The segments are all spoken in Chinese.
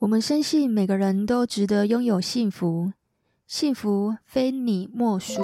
我们深信每个人都值得拥有幸福，幸福非你莫属。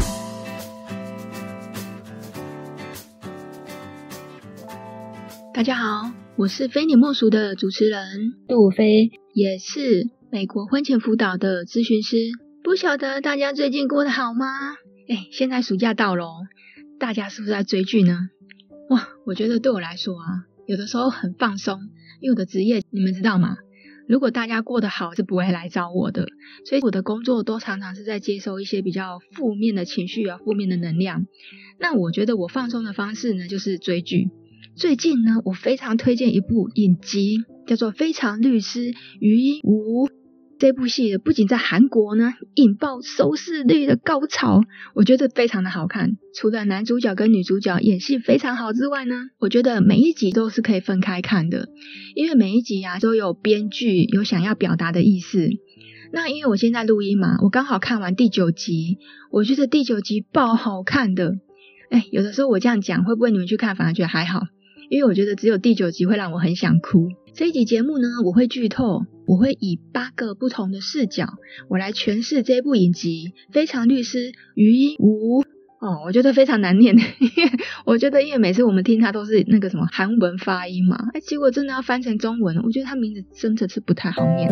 大家好，我是非你莫属的主持人杜飞，也是美国婚前辅导的咨询师。不晓得大家最近过得好吗？现在暑假到了，大家是不是在追剧呢？哇，我觉得对我来说有的时候很放松，因为我的职业你们知道吗？如果大家过得好是不会来找我的，所以我的工作都常常是在接收一些比较负面的情绪负面的能量。那我觉得我放松的方式呢，就是追剧。最近呢，我非常推荐一部影集，叫做《非常律师禹英禑》。这部戏不仅在韩国呢引爆收视率的高潮，我觉得非常的好看。除了男主角跟女主角演戏非常好之外呢，我觉得每一集都是可以分开看的，因为每一集都有编剧有想要表达的意思。那因为我现在录音嘛，我刚好看完第9集，我觉得第9集爆好看的。有的时候我这样讲，会不会你们去看反而觉得还好？因为我觉得只有第9集会让我很想哭。这一集节目呢，我会剧透，我会以8个不同的视角，我来诠释这部影集《非常律师禹英禑》。我觉得非常难念，因为我觉得因为每次我们听它都是那个什么韩文发音嘛，结果真的要翻成中文，我觉得它名字真的是不太好念。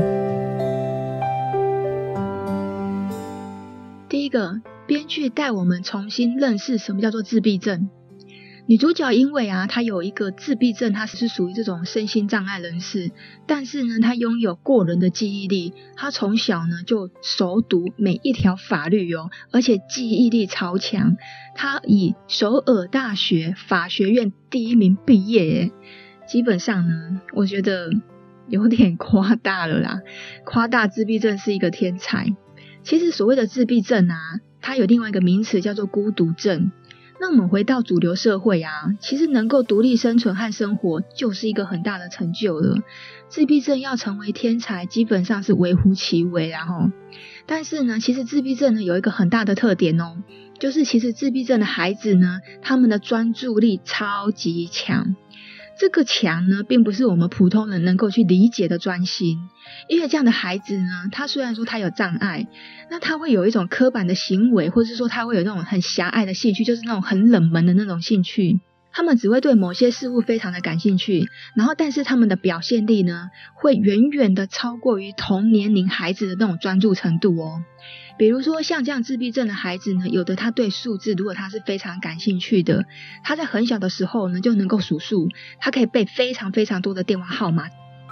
第一个，编剧带我们重新认识什么叫做自闭症。女主角因为她有一个自闭症，她是属于这种身心障碍人士，但是呢她拥有过人的记忆力，她从小呢就熟读每一条法律而且记忆力超强，她以首尔大学法学院第1名毕业基本上呢我觉得有点夸大了啦，夸大自闭症是一个天才。其实所谓的自闭症它有另外一个名词叫做孤独症。那我们回到主流社会其实能够独立生存和生活就是一个很大的成就了。自闭症要成为天才基本上是微乎其微但是呢，其实自闭症呢有一个很大的特点就是其实自闭症的孩子呢，他们的专注力超级强。这个强呢，并不是我们普通人能够去理解的专心，因为这样的孩子呢，他虽然说他有障碍，那他会有一种刻板的行为，或是说他会有那种很狭隘的兴趣，就是那种很冷门的那种兴趣。他们只会对某些事物非常的感兴趣，然后但是他们的表现力呢，会远远的超过于同年龄孩子的那种专注程度比如说像这样自闭症的孩子呢，有的他对数字如果他是非常感兴趣的，他在很小的时候呢就能够数数，他可以背非常非常多的电话号码。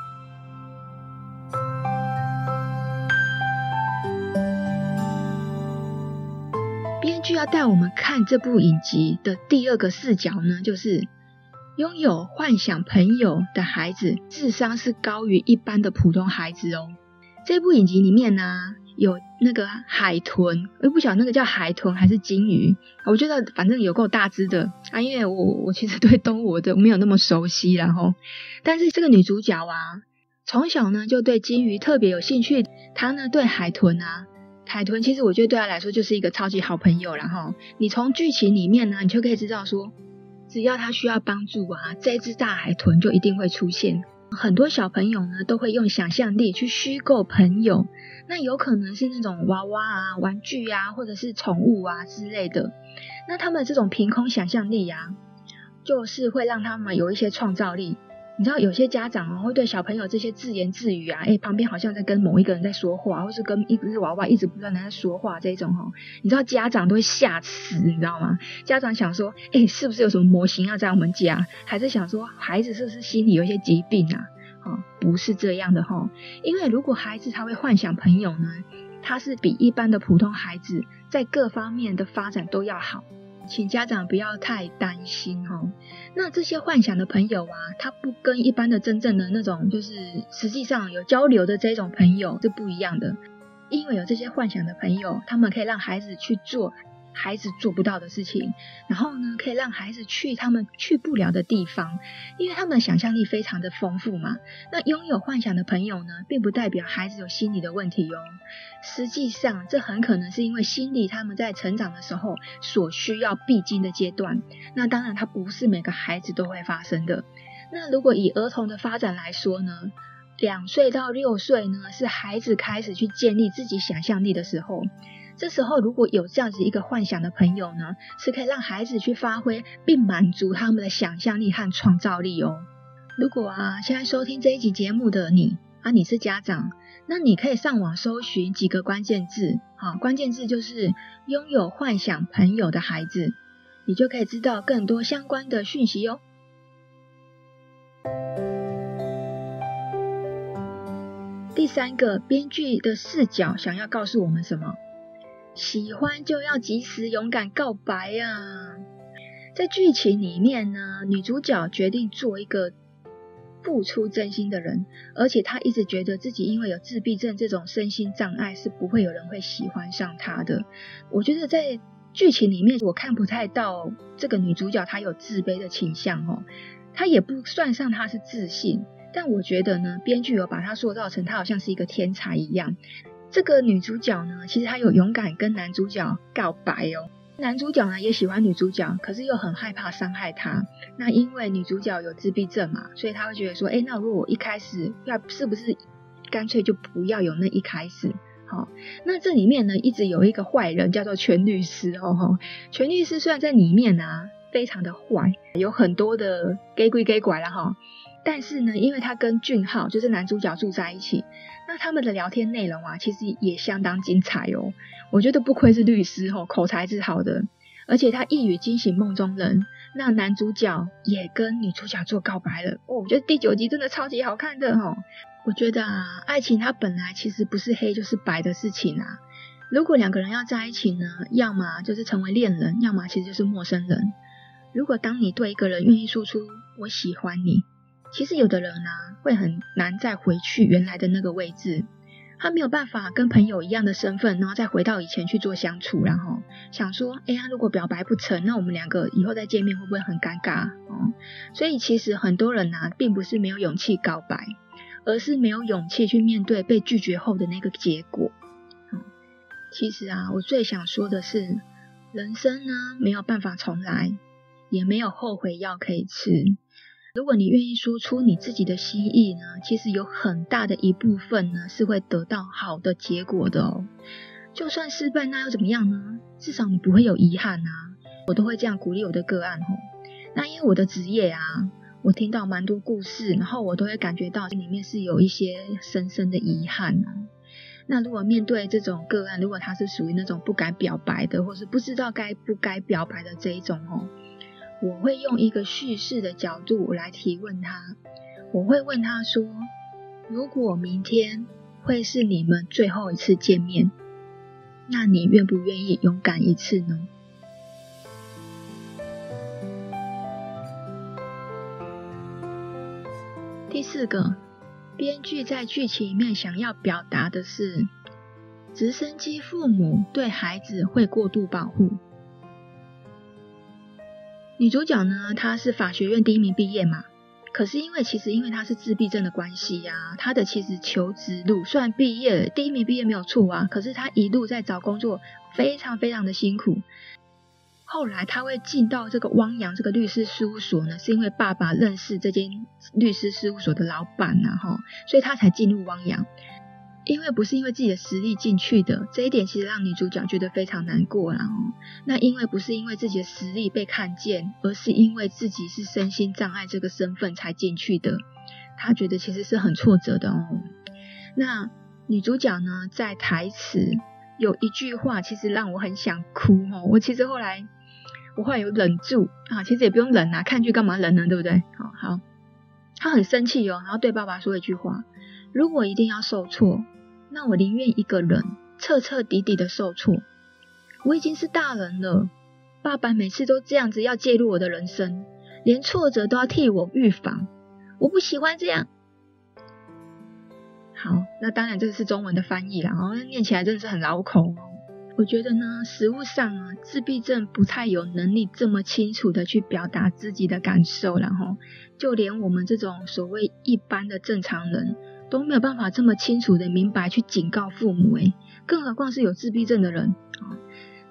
编剧要带我们看这部影集的第2个视角呢，就是拥有幻想朋友的孩子智商是高于一般的普通孩子这部影集里面有那个海豚，我不晓得那个叫海豚还是金鱼，我觉得反正有够大只的因为我其实对动物没有那么熟悉但是这个女主角从小呢就对金鱼特别有兴趣，她呢对海豚其实我觉得对她来说就是一个超级好朋友你从剧情里面呢，你就可以知道说，只要她需要帮助这只大海豚就一定会出现。很多小朋友呢都会用想象力去虚构朋友，那有可能是那种娃娃玩具或者是宠物之类的。那他们这种凭空想象力就是会让他们有一些创造力。你知道有些家长会对小朋友这些自言自语旁边好像在跟某一个人在说话，或是跟一只娃娃一直不断的在说话这种你知道家长都会吓死，你知道吗？家长想说是不是有什么模型要在我们家，还是想说孩子是不是心里有一些疾病不是这样的因为如果孩子他会幻想朋友呢，他是比一般的普通孩子在各方面的发展都要好，请家长不要太担心那这些幻想的朋友他不跟一般的真正的那种就是实际上有交流的这种朋友是不一样的。因为有这些幻想的朋友，他们可以让孩子去做孩子做不到的事情，然后呢可以让孩子去他们去不了的地方，因为他们的想象力非常的丰富嘛。那拥有幻想的朋友呢，并不代表孩子有心理的问题实际上这很可能是因为心理他们在成长的时候所需要必经的阶段，那当然它不是每个孩子都会发生的。那如果以儿童的发展来说呢， 2岁到6岁呢，是孩子开始去建立自己想象力的时候。这时候如果有这样子一个幻想的朋友呢，是可以让孩子去发挥并满足他们的想象力和创造力哦。如果现在收听这一集节目的你是家长，那你可以上网搜寻几个关键字，关键字就是拥有幻想朋友的孩子，你就可以知道更多相关的讯息哦。第3个，编剧的视角想要告诉我们什么？喜欢就要及时勇敢告白啊！在剧情里面呢，女主角决定做一个付出真心的人，而且她一直觉得自己因为有自闭症这种身心障碍，是不会有人会喜欢上她的。我觉得在剧情里面我看不太到这个女主角她有自卑的倾向哦，她也不算上她是自信，但我觉得呢，编剧有把她塑造成她好像是一个天才一样。这个女主角呢，其实她有勇敢跟男主角告白哦。男主角呢也喜欢女主角，可是又很害怕伤害她。那因为女主角有自闭症嘛，所以他会觉得说，那如果我一开始是不是干脆就不要有那一开始。好，那这里面呢一直有一个坏人叫做全律师哦。全律师虽然在里面非常的坏，有很多的假鬼假怪啦哈，但是呢，因为他跟俊浩就是男主角住在一起，那他们的聊天内容其实也相当精彩哦。我觉得不愧是律师口才是好的，而且他一语惊醒梦中人，那男主角也跟女主角做告白了我觉得第9集真的超级好看的我觉得爱情它本来其实不是黑就是白的事情如果2个人要在一起呢，要么就是成为恋人，要么其实就是陌生人。如果当你对一个人愿意说出我喜欢你，其实有的人会很难再回去原来的那个位置，他没有办法跟朋友一样的身份，然后再回到以前去做相处，然后想说如果表白不成，那我们2个以后再见面会不会很尴尬所以其实很多人并不是没有勇气告白，而是没有勇气去面对被拒绝后的那个结果其实我最想说的是，人生呢没有办法重来，也没有后悔药可以吃。如果你愿意说出你自己的心意呢，其实有很大的一部分呢是会得到好的结果的就算失败那又怎么样呢？至少你不会有遗憾我都会这样鼓励我的个案那因为我的职业我听到蛮多故事，然后我都会感觉到里面是有一些深深的遗憾那如果面对这种个案，如果他是属于那种不敢表白的，或是不知道该不该表白的这一种我会用一个叙事的角度来提问他。我会问他说，如果明天会是你们最后一次见面，那你愿不愿意勇敢一次呢？第4个，编剧在剧情里面想要表达的是，直升机父母对孩子会过度保护。女主角呢，她是法学院第1名毕业嘛，可是因为她是自闭症的关系她的其实求职路虽然毕业了第1名毕业没有错可是她一路在找工作非常非常的辛苦。后来她会进到这个汪洋这个律师事务所呢，是因为爸爸认识这间律师事务所的老板所以她才进入汪洋。因为不是因为自己的实力进去的，这一点其实让女主角觉得非常难过那因为不是因为自己的实力被看见，而是因为自己是身心障碍这个身份才进去的，她觉得其实是很挫折的那女主角呢，在台词有一句话其实让我很想哭我其实后来有忍住其实也不用忍看剧干嘛忍呢，对不对好，她很生气然后对爸爸说一句话，如果一定要受挫，那我宁愿一个人彻彻底底的受挫。我已经是大人了，爸爸每次都这样子要介入我的人生，连挫折都要替我预防，我不喜欢这样。好，那当然这个是中文的翻译啦念起来真的是很绕口我觉得呢，实务上自闭症不太有能力这么清楚的去表达自己的感受就连我们这种所谓一般的正常人都没有办法这么清楚的明白去警告父母更何况是有自闭症的人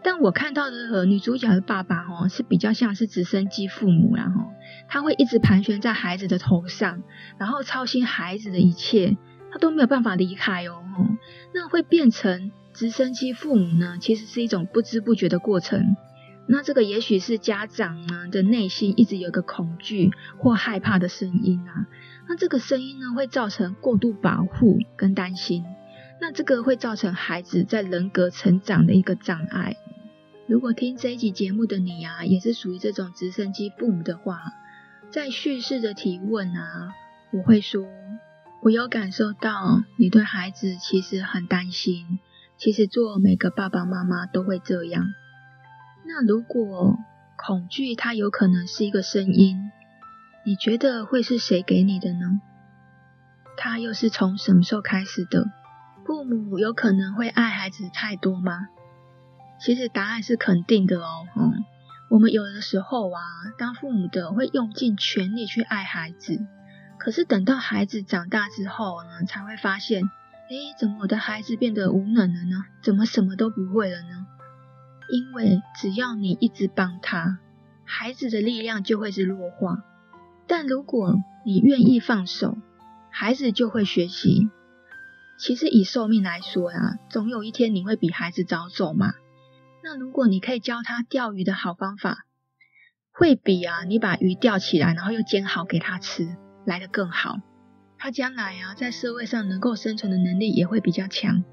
但我看到的女主角的爸爸是比较像是直升机父母啦，他会一直盘旋在孩子的头上，然后操心孩子的一切，他都没有办法离开那会变成直升机父母呢，其实是一种不知不觉的过程。那这个也许是家长呢的内心一直有一个恐惧或害怕的声音啊，那这个声音呢会造成过度保护跟担心，那这个会造成孩子在人格成长的一个障碍。如果听这一集节目的你啊，也是属于这种直升机父母的话，在叙事的提问啊，我会说，我有感受到你对孩子其实很担心，其实做每个爸爸妈妈都会这样。那如果恐惧它有可能是一个声音，你觉得会是谁给你的呢？它又是从什么时候开始的？父母有可能会爱孩子太多吗？其实答案是肯定的我们有的时候啊，当父母的会用尽全力去爱孩子，可是等到孩子长大之后呢，才会发现，怎么我的孩子变得无能了呢？怎么什么都不会了呢？因为只要你一直帮他，孩子的力量就会是弱化。但如果你愿意放手，孩子就会学习。其实以寿命来说啊，总有一天你会比孩子早走嘛。那如果你可以教他钓鱼的好方法，会比你把鱼钓起来然后又煎好给他吃来得更好。他将来在社会上能够生存的能力也会比较强。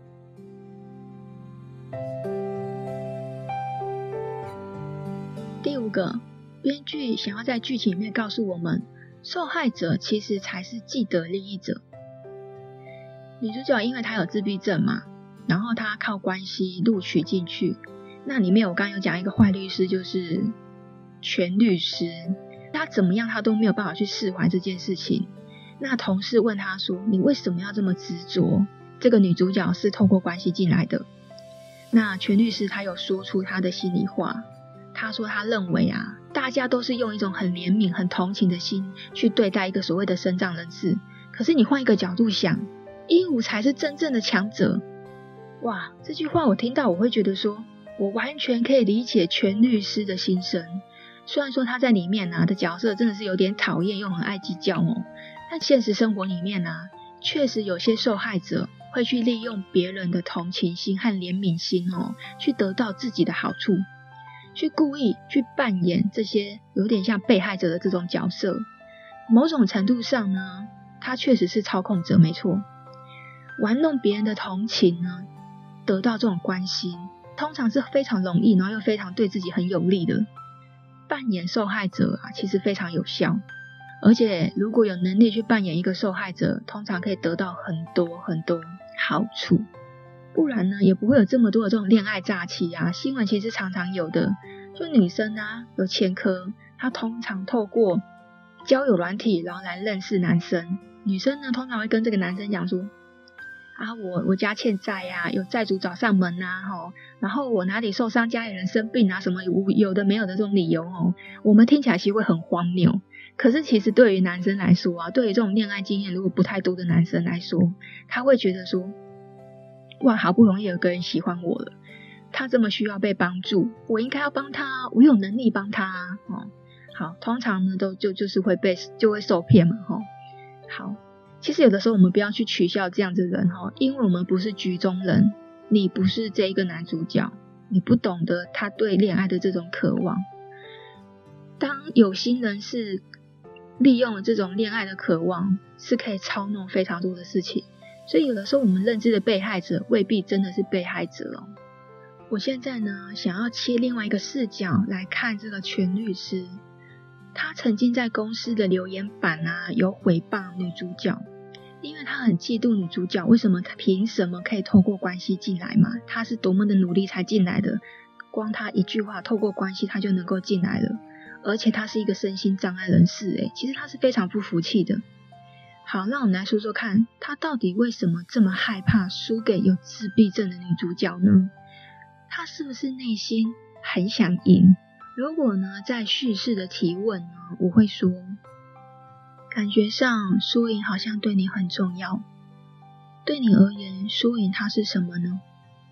第五个，编剧想要在剧情里面告诉我们，受害者其实才是既得利益者。女主角因为她有自闭症嘛，然后她靠关系录取进去。那里面我刚刚有讲一个坏律师，就是全律师，他怎么样他都没有办法去释怀这件事情。那同事问他说，你为什么要这么执着？这个女主角是透过关系进来的。那全律师他有说出他的心里话，他说他认为大家都是用一种很怜悯很同情的心去对待一个所谓的身障人士，可是你换一个角度想，鹦鹉才是真正的强者。哇，这句话我听到我会觉得说，我完全可以理解全律师的心声。虽然说他在里面的角色真的是有点讨厌又很爱计较但现实生活里面确实有些受害者会去利用别人的同情心和怜悯心去得到自己的好处，去故意去扮演这些有点像被害者的这种角色。某种程度上呢，他确实是操控者没错，玩弄别人的同情呢，得到这种关心通常是非常容易，然后又非常对自己很有利的。扮演受害者其实非常有效，而且如果有能力去扮演一个受害者，通常可以得到很多很多好处。不然呢，也不会有这么多的这种恋爱诈欺新闻其实常常有的，就女生有前科，她通常透过交友软体然后来认识男生，女生呢通常会跟这个男生讲说我家欠债有债主找上门然后我哪里受伤，家里人生病什么有的没有的这种理由我们听起来其实会很荒谬。可是其实对于男生来说对于这种恋爱经验如果不太多的男生来说，他会觉得说，哇，好不容易有个人喜欢我了，他这么需要被帮助，我应该要帮他，我有能力帮他好，通常呢就是会受骗嘛好，其实有的时候我们不要去取笑这样子的人因为我们不是局中人，你不是这一个男主角，你不懂得他对恋爱的这种渴望。当有心人是利用了这种恋爱的渴望，是可以操弄非常多的事情，所以有的时候我们认知的被害者未必真的是被害者我现在呢想要切另外一个视角来看这个全律师，他曾经在公司的留言板有诽谤女主角，因为他很嫉妒女主角为什么他凭什么可以透过关系进来嘛，他是多么的努力才进来的，光他一句话透过关系他就能够进来了，而且他是一个身心障碍人士其实他是非常不服气的。好，那我们来说说看，他到底为什么这么害怕输给有自闭症的女主角呢？他是不是内心很想赢？如果呢在叙事的提问呢，我会说，感觉上输赢好像对你很重要，对你而言输赢它是什么呢？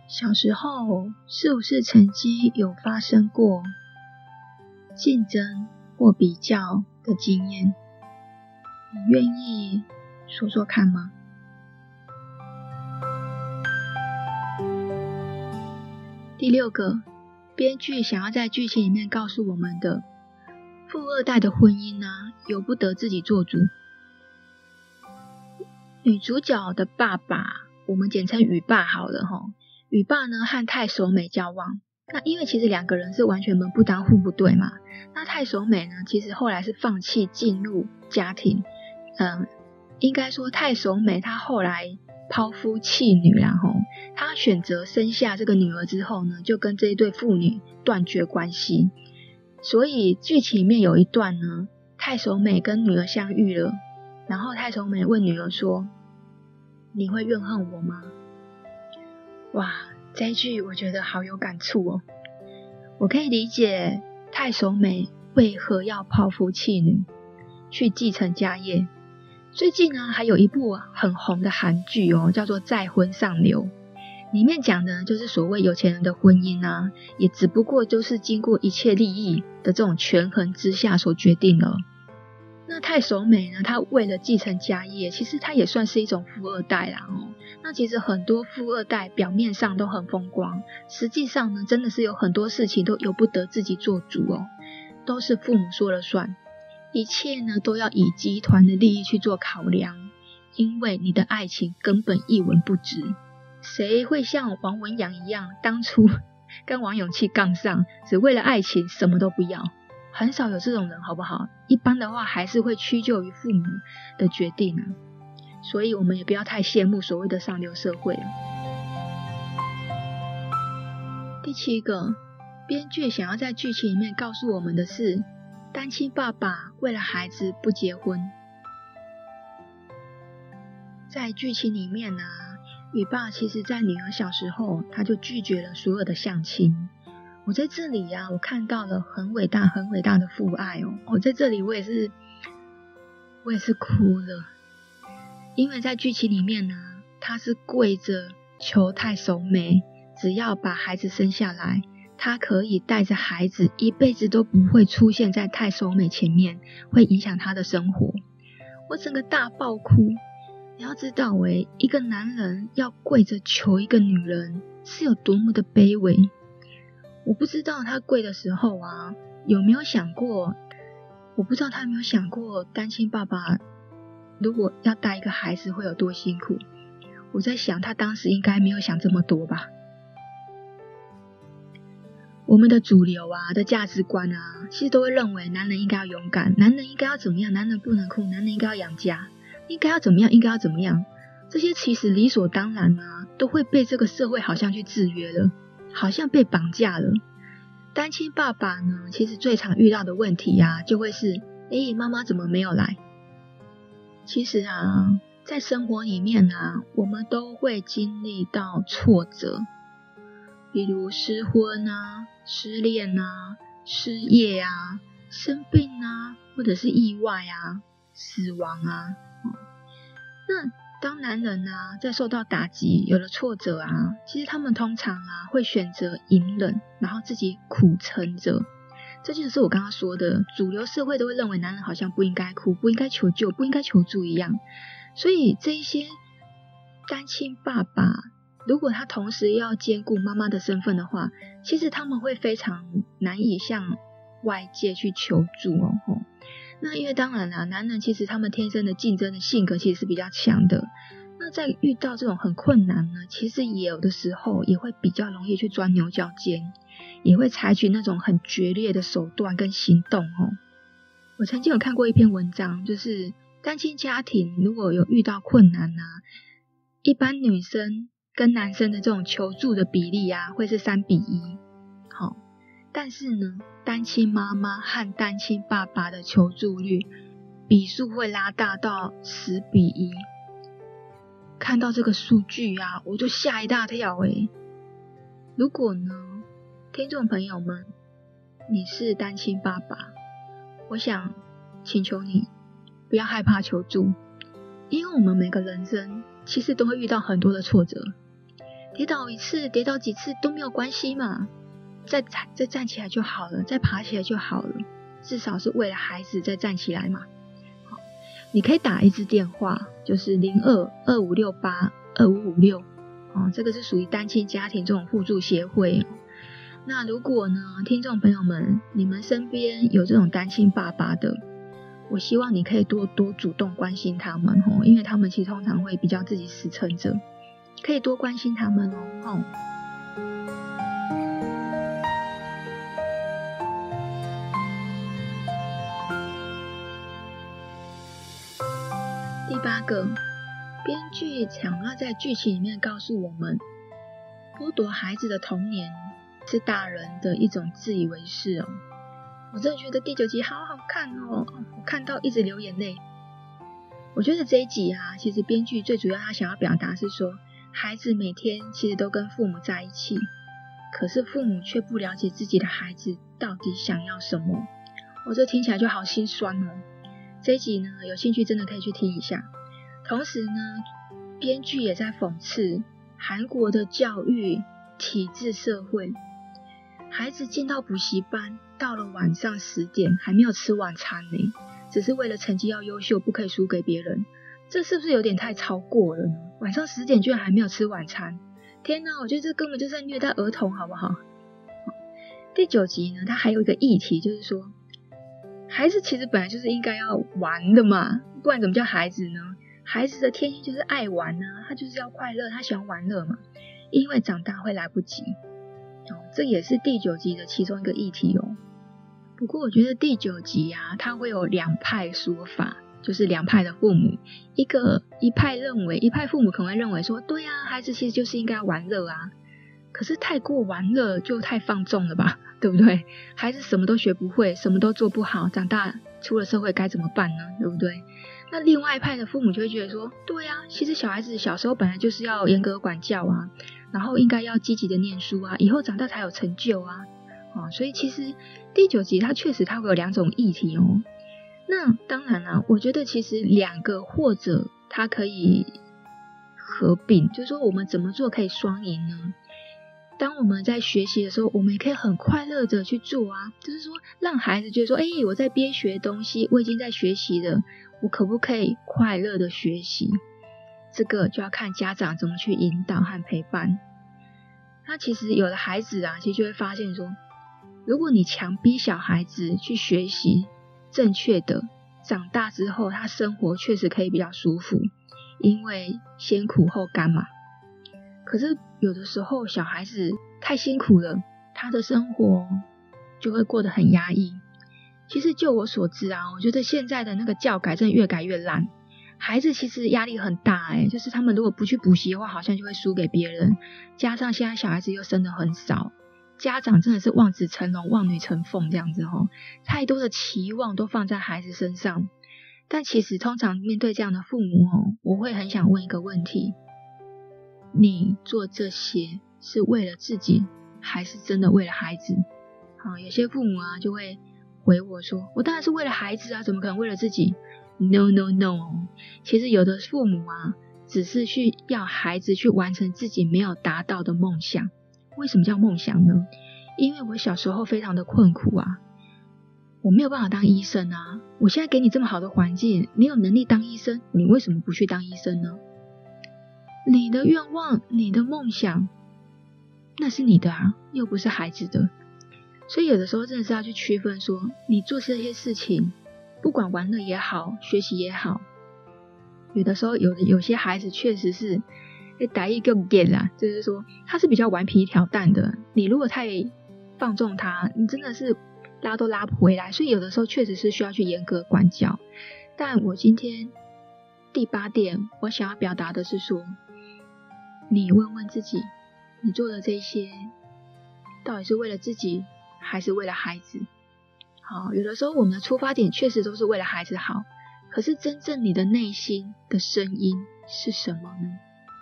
小时候是不是曾经有发生过竞争或比较的经验？你愿意说说看吗？第6个，编剧想要在剧情里面告诉我们的，富二代的婚姻啊，由不得自己做主。女主角的爸爸，我们简称雨爸好了齁。雨爸呢和太守美交往，那因为其实2个人是完全门不当户不对嘛。那太守美呢，其实后来是放弃进入家庭，应该说太守美她后来抛夫弃女啦齁。她选择生下这个女儿之后呢，就跟这一对父女断绝关系。所以剧情里面有一段呢，太守美跟女儿相遇了，然后太守美问女儿说：你会怨恨我吗？哇，这一句我觉得好有感触哦。我可以理解太守美为何要抛夫弃女，去继承家业。最近呢，还有一部很红的韩剧哦，叫做《再婚上流》，里面讲的就是所谓有钱人的婚姻啊，也只不过就是经过一切利益的这种权衡之下所决定了。那太守美呢，她为了继承家业，其实她也算是一种富二代啦哦。那其实很多富二代表面上都很风光，实际上呢，真的是有很多事情都由不得自己做主哦，都是父母说了算，一切呢都要以集团的利益去做考量，因为你的爱情根本一文不值。谁会像王文洋一样，当初跟王永庆杠上，只为了爱情什么都不要？很少有这种人，好不好？一般的话还是会屈就于父母的决定啊。所以我们也不要太羡慕所谓的上流社会。第7个，编剧想要在剧情里面告诉我们的是，单亲爸爸为了孩子不结婚。在剧情里面啊，雨爸其实在女儿小时候他就拒绝了所有的相亲。我在这里啊，我看到了很伟大很伟大的父爱哦。我在这里我也是哭了，因为在剧情里面呢，他是跪着求太守美，只要把孩子生下来，他可以带着孩子一辈子都不会出现在太守美前面，会影响他的生活。我整个大爆哭。你要知道一个男人要跪着求一个女人是有多么的卑微。我不知道他跪的时候啊，有没有想过单亲爸爸如果要带一个孩子会有多辛苦。我在想他当时应该没有想这么多吧。我们的主流啊的价值观啊，其实都会认为男人应该要勇敢，男人应该要怎么样，男人不能哭，男人应该要养家，应该要怎么样，这些其实理所当然啊，都会被这个社会好像去制约了，好像被绑架了。单亲爸爸呢，其实最常遇到的问题啊，就会是妈妈怎么没有来？其实啊，在生活里面啊，我们都会经历到挫折，比如失婚啊、失恋啊、失业啊、生病啊，或者是意外啊、死亡啊。那当男人啊在受到打击有了挫折啊，其实他们通常啊会选择隐忍，然后自己苦撑着。这就是我刚刚说的，主流社会都会认为男人好像不应该哭，不应该求救，不应该求助一样。所以这一些单亲爸爸，如果他同时要兼顾妈妈的身份的话，其实他们会非常难以向外界去求助哦。那因为当然啦，男人其实他们天生的竞争的性格其实是比较强的。那在遇到这种很困难呢，其实也有的时候也会比较容易去钻牛角尖，也会采取那种很决裂的手段跟行动哦。我曾经有看过一篇文章，就是单亲家庭如果有遇到困难啊，一般女生跟男生的这种求助的比例啊，会是3:1。好，但是呢，单亲妈妈和单亲爸爸的求助率比数会拉大到10:1。看到这个数据啊，我就吓一大跳如果呢，听众朋友们，你是单亲爸爸，我想请求你不要害怕求助，因为我们每个人生其实都会遇到很多的挫折。 跌倒一次跌倒几次都没有关系嘛，再站起来就好了，再爬起来就好了，至少是为了孩子再站起来嘛。好，你可以打一支电话，就是02-2568-2556，这个是属于单亲家庭这种互助协会。那如果呢，听众朋友们，你们身边有这种单亲爸爸的，我希望你可以多主动关心他们，因为他们其实通常会比较自己死撑着，可以多关心他们哦。第8个，编剧想要在剧情里面告诉我们，剥夺孩子的童年是大人的一种自以为是哦。我真的觉得第9集好好看哦，我看到一直流眼泪。我觉得这一集啊，其实编剧最主要他想要表达是说，孩子每天其实都跟父母在一起，可是父母却不了解自己的孩子到底想要什么。这听起来就好心酸哦。这一集呢，有兴趣真的可以去听一下。同时呢，编剧也在讽刺韩国的教育体制社会，孩子进到补习班，到了晚上10点还没有吃晚餐呢，只是为了成绩要优秀，不可以输给别人。这是不是有点太超过了呢？晚上10点居然还没有吃晚餐，天哪，我觉得这根本就是在虐待儿童，好不好？第9集呢，它还有一个议题，就是说孩子其实本来就是应该要玩的嘛，不然怎么叫孩子呢？孩子的天性就是爱玩啊，他就是要快乐，他喜欢玩乐嘛，因为长大会来不及。这也是第9集的其中一个议题哦。不过我觉得第9集啊，它会有2派说法，就是2派的父母，一派父母可能会认为说，对啊，孩子其实就是应该玩乐啊，可是太过玩乐就太放纵了吧，对不对？孩子什么都学不会，什么都做不好，长大出了社会该怎么办呢？对不对？那另外一派的父母就会觉得说，对啊，其实小孩子小时候本来就是要严格管教啊，然后应该要积极的念书啊，以后长大才有成就啊。所以其实第9集它确实会有2种议题哦。那当然啦，我觉得其实2个或者它可以合并，就是说我们怎么做可以双赢呢？当我们在学习的时候，我们也可以很快乐的去做啊，就是说让孩子觉得说，我在边学东西，我已经在学习了，我可不可以快乐的学习？这个就要看家长怎么去引导和陪伴。那其实有的孩子啊，其实就会发现说，如果你强逼小孩子去学习正确的，长大之后他生活确实可以比较舒服，因为先苦后甘嘛。可是有的时候小孩子太辛苦了，他的生活就会过得很压抑。其实就我所知啊，我觉得现在的那个教改真的越改越烂，孩子其实压力很大就是他们如果不去补习的话，好像就会输给别人，加上现在小孩子又生得很少，家长真的是望子成龙望女成凤这样子太多的期望都放在孩子身上。但其实通常面对这样的父母我会很想问一个问题，你做这些是为了自己还是真的为了孩子？有些父母啊就会回我说，我当然是为了孩子啊，怎么可能为了自己？ No no no， 其实有的父母啊只是要孩子去完成自己没有达到的梦想。为什么叫梦想呢？因为我小时候非常的困苦啊，我没有办法当医生啊，我现在给你这么好的环境，你有能力当医生，你为什么不去当医生呢？你的愿望，你的梦想，那是你的啊，又不是孩子的。所以有的时候真的是要去区分说，你做这些事情，不管玩乐也好，学习也好，有的时候有些孩子确实是打一个点啦，就是说他是比较顽皮挑担的，你如果太放纵他，你真的是拉都拉不回来。所以有的时候确实是需要去严格管教。但我今天第8点我想要表达的是说，你问问自己，你做的这些到底是为了自己还是为了孩子？有的时候我们的出发点确实都是为了孩子好，可是真正你的内心的声音是什么呢？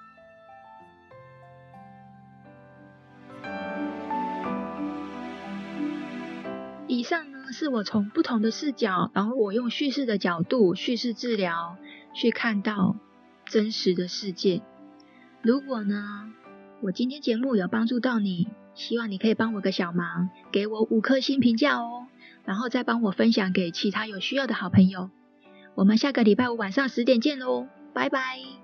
以上呢是我从不同的视角，然后我用叙事的角度，叙事治疗去看到真实的世界。如果呢我今天节目有帮助到你，希望你可以帮我个小忙，给我5颗星评价哦，然后再帮我分享给其他有需要的好朋友。我们下个礼拜五晚上10点见咯，拜拜。